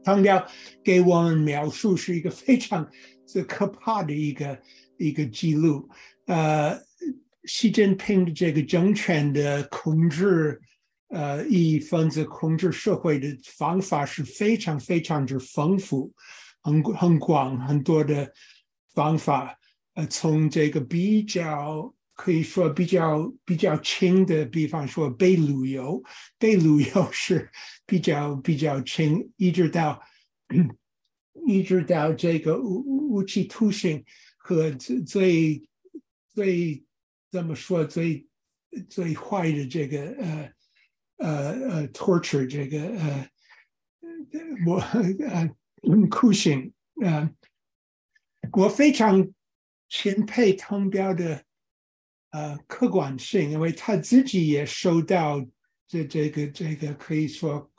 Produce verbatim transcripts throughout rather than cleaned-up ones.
汤彪给我们描述是一个非常这可怕的一个一个记录。呃，习近平的这个政权的控制，呃，异议分子控制社会的方法是非常非常之丰富，很很广，很多的方法。呃，从这个比较可以说比较比较轻的，比方说被掳游，被掳游是比较比较轻，一直到一直到这个无无期徒刑和最最怎么说最最坏的这个呃呃呃 torture 这个呃我呃酷刑呃，我非常钦佩汤彪的呃客观性，因为他自己也受到这这个这个可以说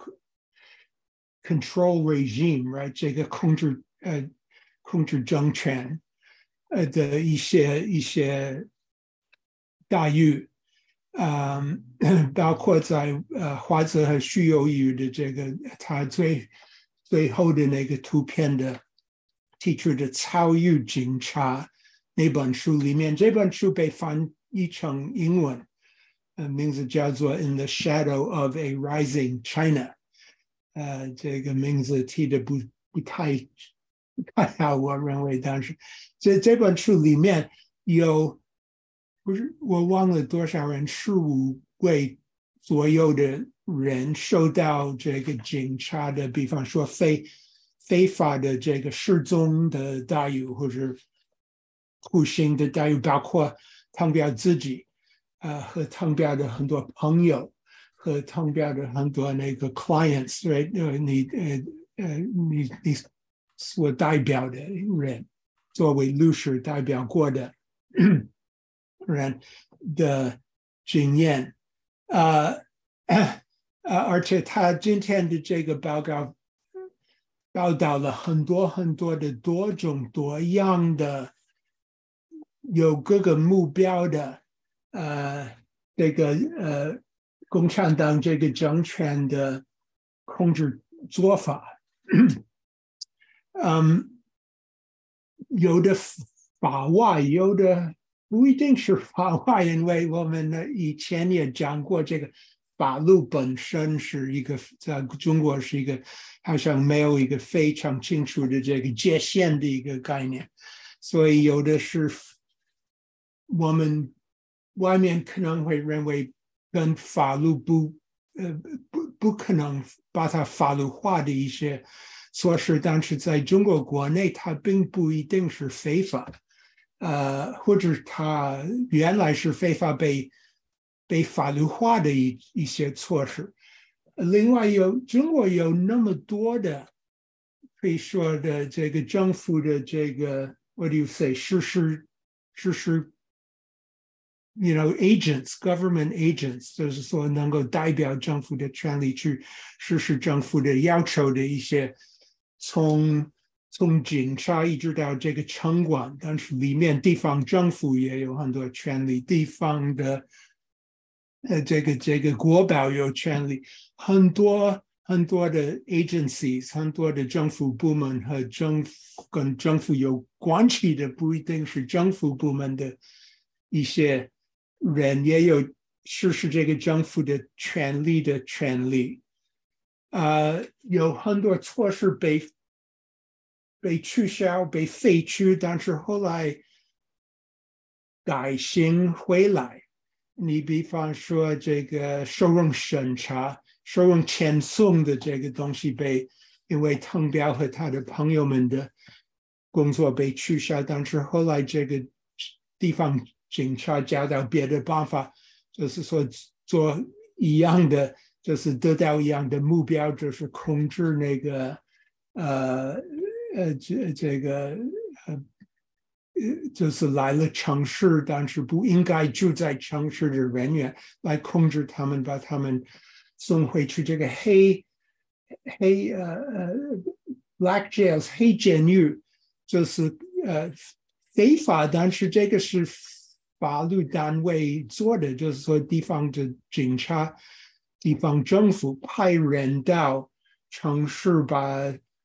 control regime，right 这个控制呃控制政权呃的一些一些待遇。嗯，包括在呃华泽和徐有余的这个他最最后的那个图片的提出的超越警察那本书里面，这本书被翻译成英文，呃，名字叫做《In the Shadow of a Rising China》。呃，这个名字提的不不太不太好，我认为当时这这本书里面有。不是我忘了多少人，十五位左右的人受到这个警察的，比方说非非法的这个失踪的待遇，或者酷刑的待遇，包括汤彪自己，呃，和汤彪的很多朋友，和汤彪的很多那个 clients， 呃，你呃呃你你所代表的人，作为律师代表过的。人的经验，呃呃，而且他今天的这个报告报道了很多很多的多种多样的有各个目标的呃这个呃共产党这个政权的控制做法。嗯，有的法外，有的不一定是法外，因为我们以前也讲过，这个法律本身是一个在中国是一个好像没有一个非常清楚的这个界限的一个概念，所以有的是我们外面可能会认为跟法律不呃不不可能把它法律化的一些措施，但是在中国国内它并不一定是非法。呃，或者他原来是非法被被法律化的一一些措施。另外有中国有那么多的可以说的这个政府的这个 what do you say 实施实施 you know agents government agents， 就是说能够代表政府的权利去实施政府的要求的一些从。从警察一直到这个城管，但是里面地方政府也有很多权利，地方的呃这个这个国保有权利，很多很多的 agencies， 很多的政府部门和政府跟政府有关系的，不一定是政府部门的一些人也有实施这个政府的权利的权利。呃，有很多措施被。被取消、被废去，但是后来改新回来。你比方说这个收容审查、收容遣送的这个东西被因为汤彪和他的朋友们的工作被取消，但是后来这个地方警察找到别的办法，就是说做一样的，就是得到一样的目标，就是控制那个呃。呃，这这个呃，就是来了城市，但是不应该住在城市的人员来控制他们，把他们送回去这个黑黑呃呃 black jails 黑监狱，就是呃非法，但是这个是法律单位做的，就是说地方的警察、地方政府派人到城市把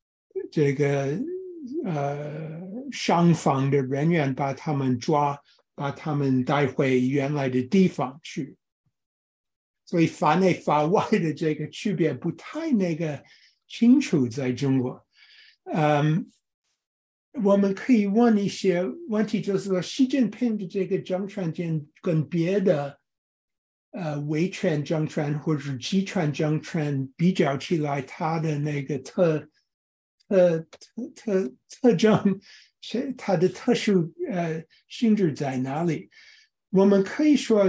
这个呃上访的人员把他们抓，把他们带回原来的地方去。所以法内法外的这个区别不太那个清楚，在中国。嗯，我们可以问一些问题，就是说习近平的这个政权跟别的呃威权政权或者集权政权比较起来，它的那个特特特特特征，它的特殊呃性质在哪里？我们可以说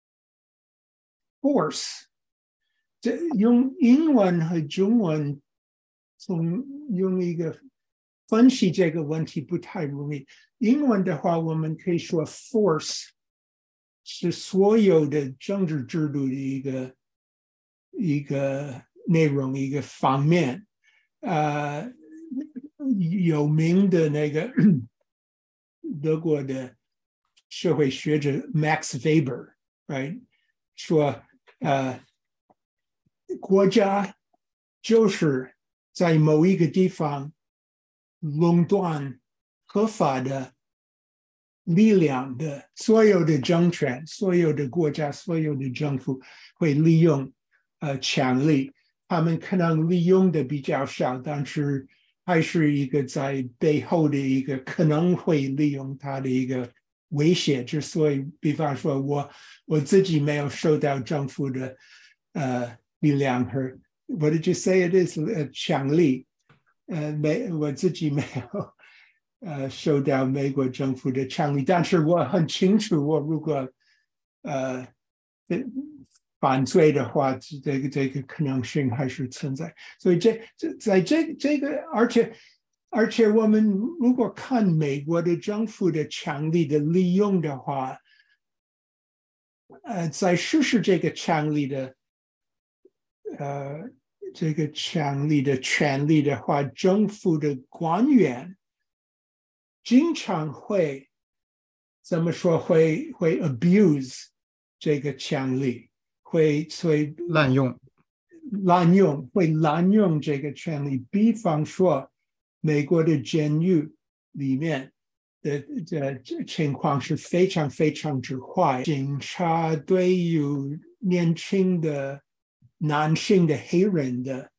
force， 这用英文和中文从用一个分析这个问题不太容易。英文的话，我们可以说 force 是所有的政治制度的一个一个内容，一个方面。呃，有名的那个德国的社会学者 Max Weber，right， 说，呃，国家就是在某一个地方垄断合法的力量的所有的政权、所有的国家、所有的政府会利用呃权力，他们可能利用的比较少，但是还是一个在背后的一个可能会利用它的一个威胁。之所以，比方说我我自己没有受到政府的呃力量和 What did you say it is 呃强力，呃没我自己没有。呃，受到美国政府的强力，但是我很清楚，我如果呃犯罪的话，这个这个可能性还是存在。所以这这在这这个，而且而且我们如果看美国的政府的强力的利用的话，呃，在实施这个强力的呃这个强力的权利的话，政府的官员经常会怎么说？会会 abuse 这个权利，会会滥用， 滥用，会滥用这个权利。比方说，美国的监狱里面的这情况是非常非常之坏。警察对于年轻的男性的黑人的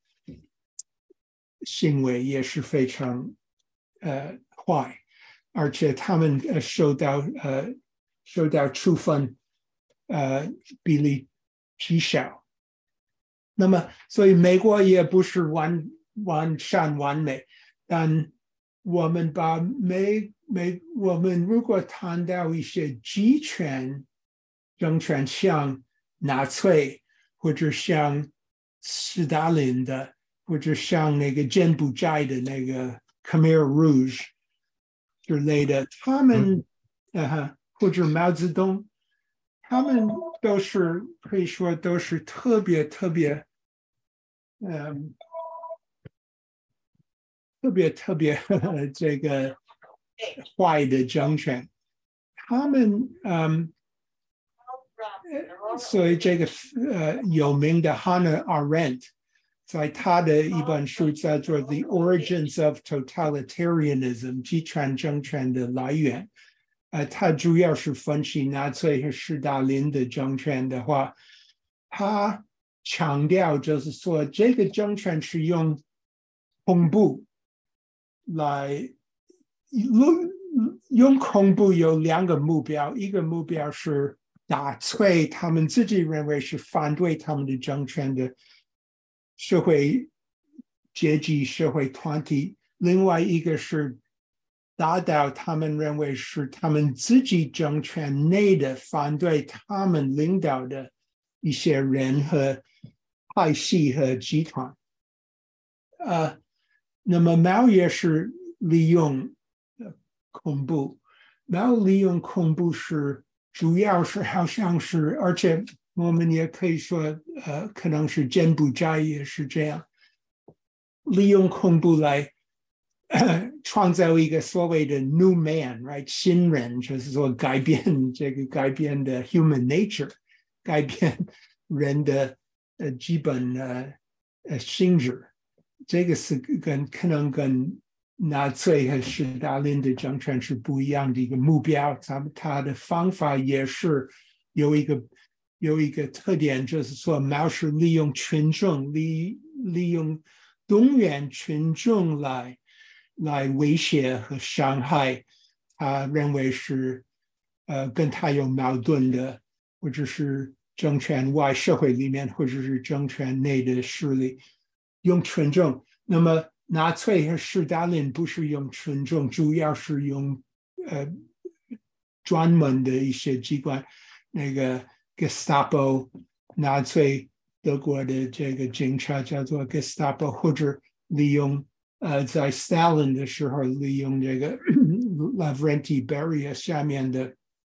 行为也是非常呃坏。而且他们呃受到呃受到处分呃比例极小。那么，所以美国也不是完完善完美，但我们把美美我们如果谈到一些集权政权，像纳粹或者像斯大林的，或者像那个柬埔寨的那个 Khmer Rouge。之类的，他们呃或者毛泽东，他们都是可以说都是特别特别，嗯，特别特别呵呵这个坏的政权。他们嗯，所以这个呃有名的 Hannah Arendt。在他的一本书叫做《The Origins of Totalitarianism》集权政权的来源，呃，他主要是分析纳粹和斯大林的政权的话，他强调就是说，这个政权是用恐怖来用恐怖有两个目标，一个目标是打碎他们自己认为是反对他们的政权的社会阶级、社会团体，另外一个是达到他们认为是他们自己政权内的反对他们领导的一些人和派系和集团。呃，那么毛也是利用恐怖，毛利用恐怖是主要是好像是，而且我们也可以说，呃，可能是柬埔寨也是这样，利用恐怖来呃创造一个所谓的 new man，right， 新人，就是说改变这个改变的 human nature， 改变人的呃基本呃呃性质。 这个是跟可能跟纳粹和斯大林的政权是不一样的一个目标，他们他的方法也是有一个有一个特点，就是说毛是利用群众利利用动员群众来来威胁和伤害他认为是呃跟他有矛盾的，或者是政权外社会里面或者是政权内的势力，用群众。那么纳粹和斯大林不是用群众，主要是用呃专门的一些机关，那个 Gestapo， 纳粹德国的这个警察叫做 Gestapo， 或者利用呃在 Stalin 的时候利用这个 Lavrenti Beria 下面的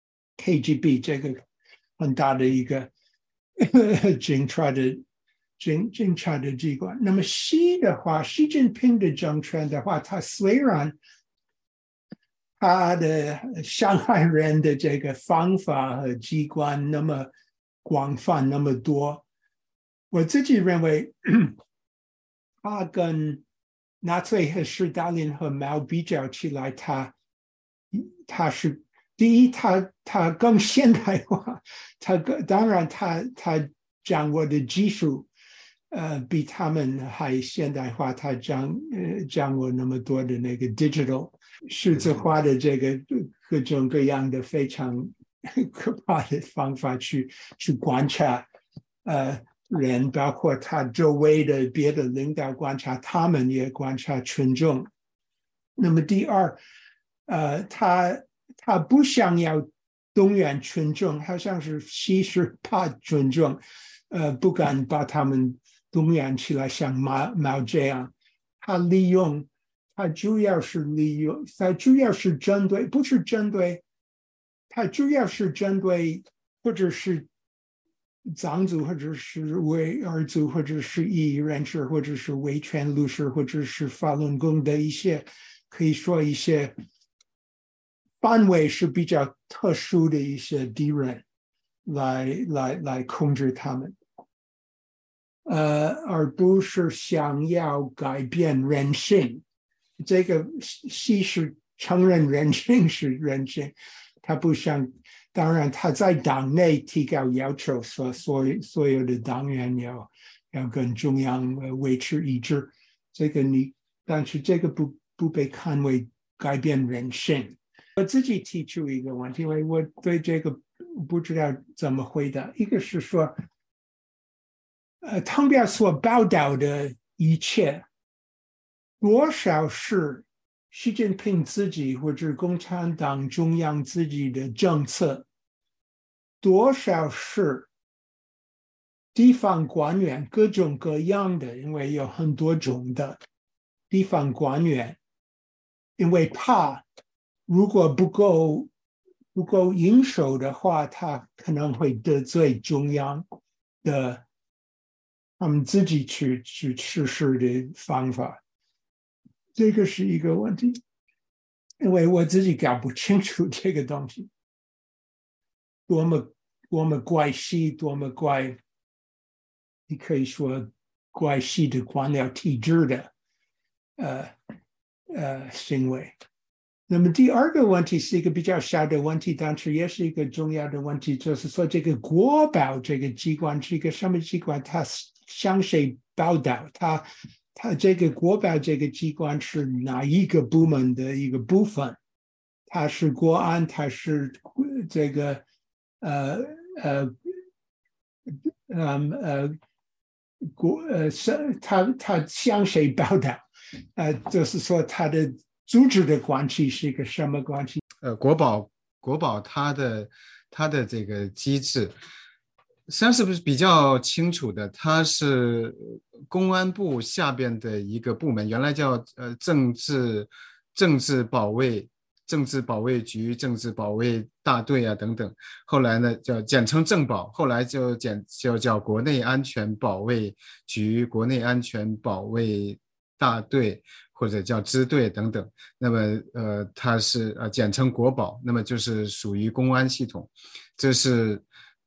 K G B 这个很大的一个警察的警警察的机关。那么习的话，习近平的政权的话，他虽然他的伤害人的这个方法和机关那么广泛那么多，我自己认为他跟纳粹和斯大林和毛比较起来，他他是第一，他他更现代化，他当然他他掌握的技术，呃，比他们还现代化，他掌呃掌握那么多的那个 digital 数字化的这个各种各样的非常可怕的方法去去观察，呃。人包括他周围的别的领导观察，他们也观察群众。那么第二，呃，他他不想要动员群众，好像是其实怕群众，呃，不敢把他们动员起来，像毛毛这样。他利用，他主要是利用，他主要是针对，不是针对，他主要是针对，或者是藏族，或者是维吾尔族，或者是异议人士，或者是维权律师，或者是法轮功的一些，可以说一些范围是比较特殊的一些敌人来来来控制他们，呃，而不是想要改变人性。这个戏是承认人性是人性，他不想。当然，他在党内提高要求，说所所有的党员要要跟中央维持一致。这个你，但是这个不不被看为改变人性。我自己提出一个问题，因为我对这个不知道怎么回答。一个是说，呃，汤表所报道的一切，多少是习近平自己或者共产党中央自己的政策，多少是地方官员各种各样的，因为有很多种的地方官员，因为怕如果不够不够应手的话，他可能会得罪中央的他们自己去去实施的方法。这个是一个问题，因为我自己搞不清楚这个东西多么多么怪系，多么怪，你可以说怪系的官僚体制的呃呃行为。那么第二个问题是一个比较小的问题，但是也是一个重要的问题，就是说这个国保这个机关是一个什么机关？它向谁报道？它它这个国保这个机关是哪一个部门的一个部分？它是国安，它是这个呃呃嗯呃国呃是它它向谁报道？呃，就是说它的组织的关系是一个什么关系？ 呃，国保国保它的它的这个机制，实际上是不是比较清楚的？它是公安部下边的一个部门，原来叫呃政治政治保卫政治保卫局、政治保卫大队啊等等，后来呢叫简称政保，后来就简就叫国内安全保卫局、国内安全保卫大队或者叫支队等等。那么呃，它是呃简称国保，那么就是属于公安系统，这是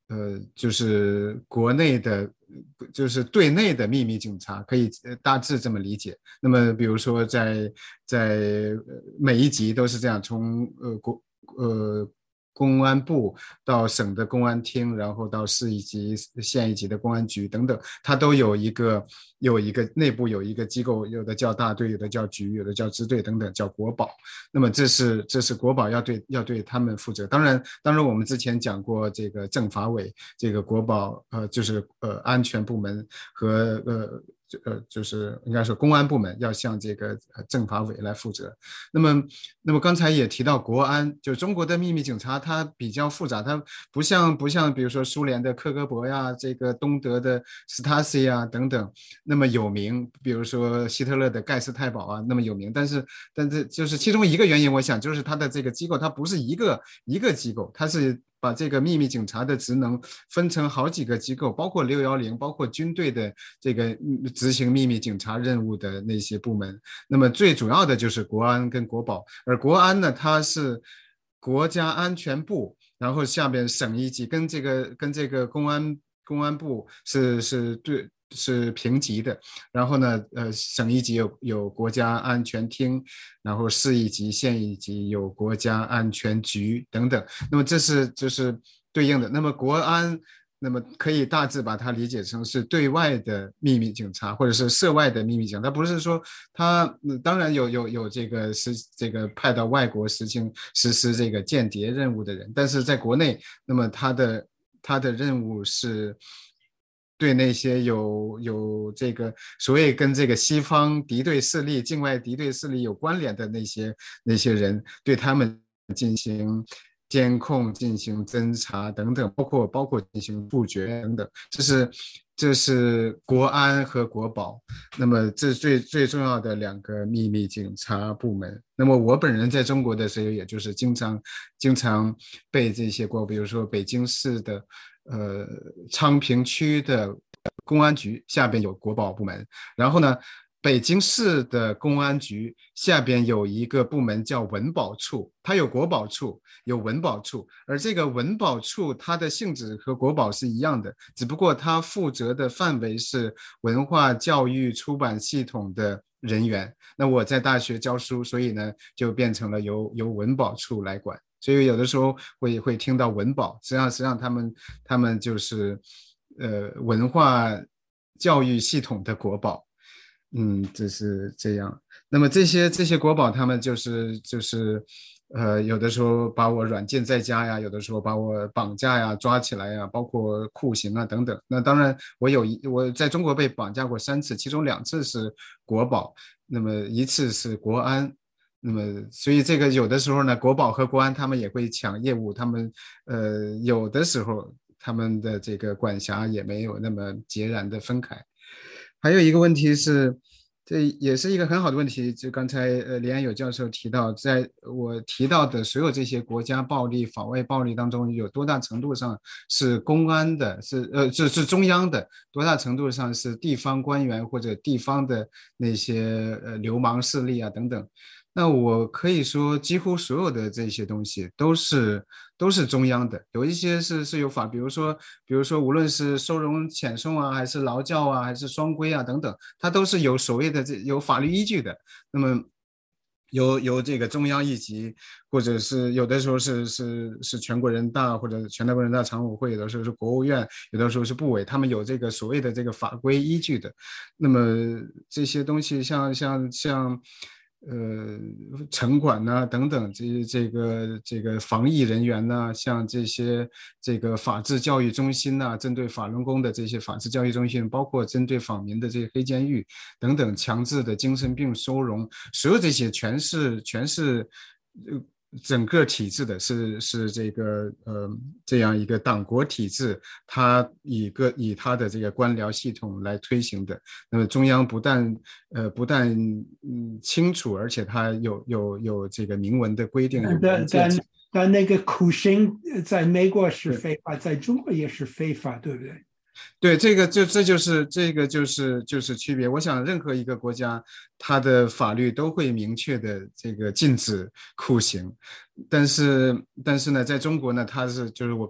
呃，就是国内的，就是对内的秘密警察，可以大致这么理解。那么，比如说在在每一级都是这样，从呃国呃公安部到省的公安厅，然后到市一级、县一级的公安局等等，它都有一个有一个内部有一个机构，有的叫大队，有的叫局，有的叫支队等等，叫国保。那么这是这是国保要对要对他们负责。当然，当然我们之前讲过这个政法委，这个国保呃就是呃安全部门和呃。呃，就是应该说公安部门要向这个政法委来负责。那么，那么刚才也提到国安，就中国的秘密警察，它比较复杂，它不像不像比如说苏联的克格勃呀，这个东德的斯塔西呀等等那么有名，比如说希特勒的盖世太保啊那么有名。但是，但是就是其中一个原因，我想就是它的这个机构，它不是一个一个机构，它是把这个秘密警察的职能分成好几个机构，包括六一零，包括军队的这个执行秘密警察任务的那些部门。那么最主要的就是国安跟国保，而国安呢，它是国家安全部，然后下边省一级跟这个跟这个公安公安部是是对。是平级的，然后呢，呃，省一级有有国家安全厅，然后市一级、县一级有国家安全局等等。那么这是就是对应的。那么国安，那么可以大致把它理解成是对外的秘密警察，或者是涉外的秘密警察。它不是说它、嗯、当然有有有这个实这个派到外国实行实施这个间谍任务的人，但是在国内，那么他的他的任务是。对那些有有这个所谓跟这个西方敌对势力、境外敌对势力有关联的那些那些人，对他们进行监控、进行侦查等等，包括包括进行处决等等，这是这是国安和国保。那么这是最最重要的两个秘密警察部门。那么我本人在中国的时候，也就是经常经常被这些国，比如说北京市的。呃，昌平区的公安局下边有国保部门，然后呢，北京市的公安局下边有一个部门叫文保处，它有国保处，有文保处，而这个文保处它的性质和国保是一样的，只不过它负责的范围是文化教育出版系统的人员。那我在大学教书，所以呢，就变成了由由文保处来管。所以有的时候会会听到文保，实际上实际上他们他们就是呃文化教育系统的国保。嗯，这是这样。那么这些这些国保，他们就是就是呃有的时候把我软禁在家呀，有的时候把我绑架呀、抓起来呀，包括酷刑啊等等。那当然，我有一我在中国被绑架过三次，其中两次是国保，那么一次是国安。那么，所以这个有的时候呢，国保和国安他们也会抢业务，他们呃有的时候他们的这个管辖也没有那么截然的分开。还有一个问题是，这也是一个很好的问题，就刚才呃李安友教授提到，在我提到的所有这些国家暴力、法外暴力当中，有多大程度上是公安的，是呃是是中央的，多大程度上是地方官员或者地方的那些呃流氓势力啊等等。那我可以说，几乎所有的这些东西都是都是中央的，有一些是是有法，比如说比如说无论是收容遣送啊，还是劳教啊，还是双规啊等等，它都是有所谓的这有法律依据的。那么由由这个中央一级，或者是有的时候是是是全国人大或者全国人大常委会，有的时候是国务院，有的时候是部委，他们有这个所谓的这个法规依据的。那么这些东西像像像。呃，城管呐、啊、等等，这这个这个防疫人员呐、啊，像这些这个法治教育中心呐、啊，针对法轮功的这些法治教育中心，包括针对访民的这些黑监狱等等，强制的精神病收容，所有这些全是全是呃整个体制的，是是这个呃这样一个党国体制，它以个以它的这个官僚系统来推行的。那么中央不但呃不但嗯清楚，而且它有有有这个明文的规定，有文件。 但但那个酷刑在美国是非法，在中国也是非法，对不对？ 对，这个就这就是这个就是就是区别。我想，任何一个国家，它的法律都会明确的这个禁止酷刑，但是但是呢，在中国呢，它是就是我刚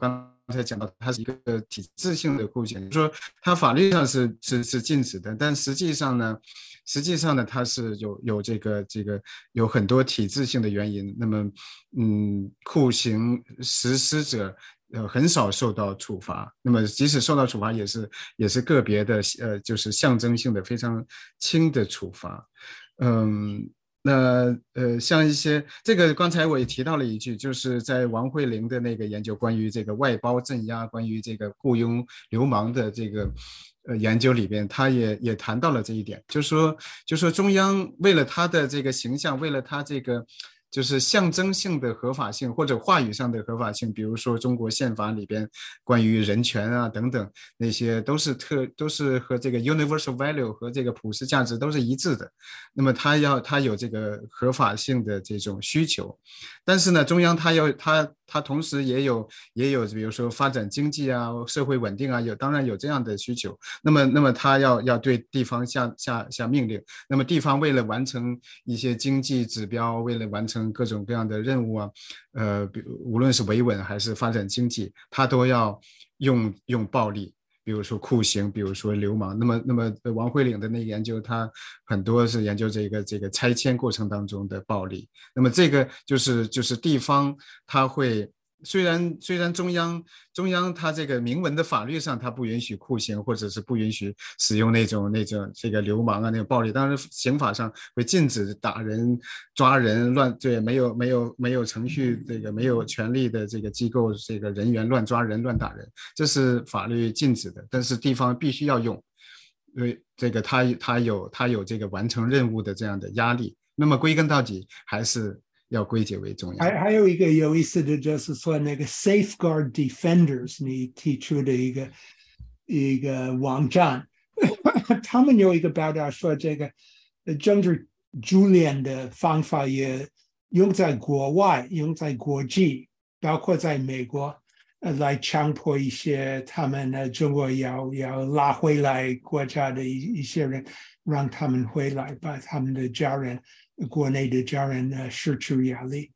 才讲到，它是一个体制性的酷刑，就是说它法律上是是是禁止的，但实际上呢，实际上呢，它是有有这个这个有很多体制性的原因。那么，嗯，酷刑实施者呃很少受到处罚，那么即使受到处罚，也是也是个别的呃就是象征性的非常轻的处罚，嗯。那呃，像一些这个，刚才我也提到了一句，就是在王慧玲的那个研究，关于这个外包镇压，关于这个雇佣流氓的这个呃研究里边，他也也谈到了这一点，就是说，就是说中央为了他的这个形象，为了他这个就是象征性的合法性或者话语上的合法性，比如说中国宪法里边关于人权啊等等，那些都是特都是和这个 universal value 和这个普世价值都是一致的。那么他要他有这个合法性的这种需求，但是呢，中央他要他他同时也有也有比如说发展经济啊、社会稳定啊，有当然有这样的需求。那么那么他要要对地方下下下命令，那么地方为了完成一些经济指标，为了完成各种各样的任务啊，呃，无论是维稳还是发展经济，他都要用用暴力。比如说酷刑，比如说流氓。那么，那么王慧玲的那个研究，他很多是研究这个这个拆迁过程当中的暴力。那么这个就是就是地方他会。虽然虽然中央中央它这个明文的法律上它不允许酷刑，或者是不允许使用那种那种这个流氓啊那种暴力，当然刑法上会禁止打人、抓人、乱对没有没有没有程序这个没有权利的这个机构这个人员乱抓人、乱打人，这是法律禁止的，但是地方必须要用，因为这个他他有他有这个完成任务的这样的压力。那么归根到底还是。要归结为中央。 还还有一个有意思的就是说，那个 Safeguard Defenders 你提出的一个一个网站，他们有一个报道说，这个政治株连的方法也用在国外，用在国际，包括在美国，呃，来强迫一些他们呢中国要要拉回来国家的一一些人，让他们回来，把他们的家人。国内的家人呢失去压力。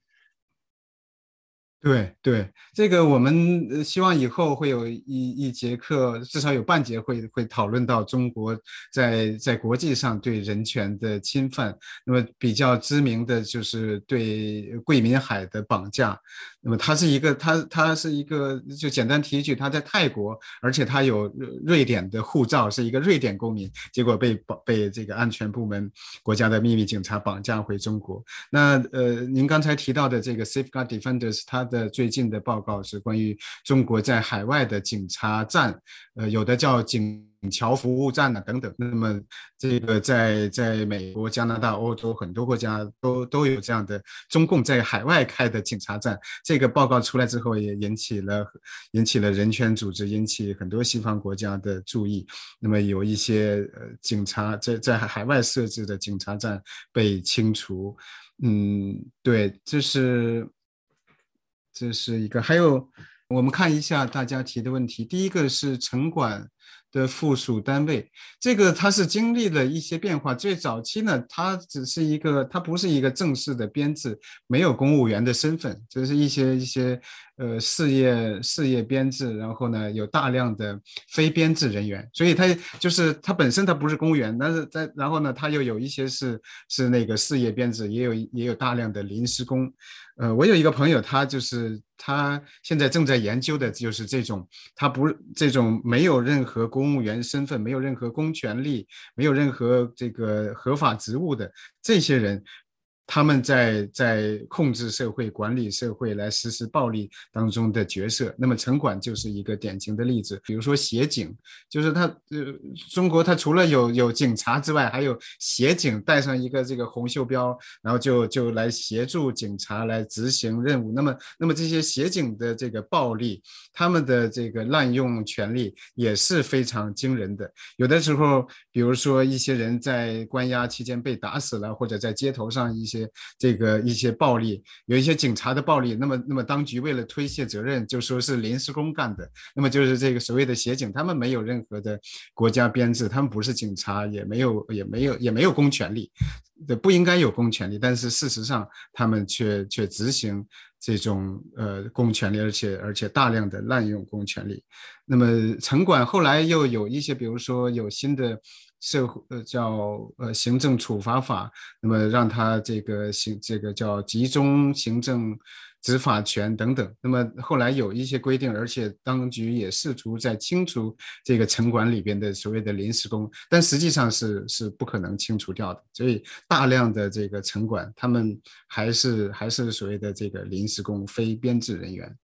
对对，这个我们希望以后会有一一节课，至少有半节会会讨论到中国在在国际上对人权的侵犯。那么比较知名的就是对桂民海的绑架。那么他是一个他他是一个就简单提一句，他在泰国，而且他有瑞典的护照，是一个瑞典公民，结果被被这个安全部门国家的秘密警察绑架回中国。那呃，您刚才提到的这个 Safeguard Defenders， 他的最近的报告是关于中国在海外的警察站，呃，有的叫警桥服务站啊等等。那么这个在在美国、加拿大、欧洲很多国家都都有这样的中共在海外开的警察站。这个报告出来之后，也引起了引起了人权组织，引起很多西方国家的注意。那么有一些呃警察在在海外设置的警察站被清除。嗯，对，这是这是一个。还有，我们看一下大家提的问题。第一个是城管的附属单位，这个它是经历了一些变化。最早期呢，它只是一个，它不是一个正式的编制，没有公务员的身份，就是一些一些呃事业事业编制，然后呢有大量的非编制人员，所以它就是它本身它不是公务员，但是在然后呢它又有一些是是那个事业编制，也有也有大量的临时工。呃，我有一个朋友，他就是他现在正在研究的就是这种，他不这种没有任何公务员身份，没有任何公权力，没有任何这个合法职务的这些人。他们在在控制社会、管理社会、来实施暴力当中的角色，那么城管就是一个典型的例子。比如说协警，就是他呃，中国他除了有有警察之外，还有协警带上一个这个红袖标，然后就就来协助警察来执行任务。那么那么这些协警的这个暴力，他们的这个滥用权力也是非常惊人的。有的时候，比如说一些人在关押期间被打死了，或者在街头上一些这个一些暴力，有一些警察的暴力，那么那么当局为了推卸责任，就说是临时工干的。那么就是这个所谓的协警，他们没有任何的国家编制，他们不是警察，也没有也没有也没有公权力，不应该有公权力，但是事实上他们却却执行这种呃公权力，而且而且大量的滥用公权力。那么城管后来又有一些，比如说有新的社会呃叫呃行政处罚法，那么让他这个行这个叫集中行政执法权等等。那么后来有一些规定，而且当局也试图在清除这个城管里边的所谓的临时工，但实际上是是不可能清除掉的。所以大量的这个城管，他们还是还是所谓的这个临时工、非编制人员。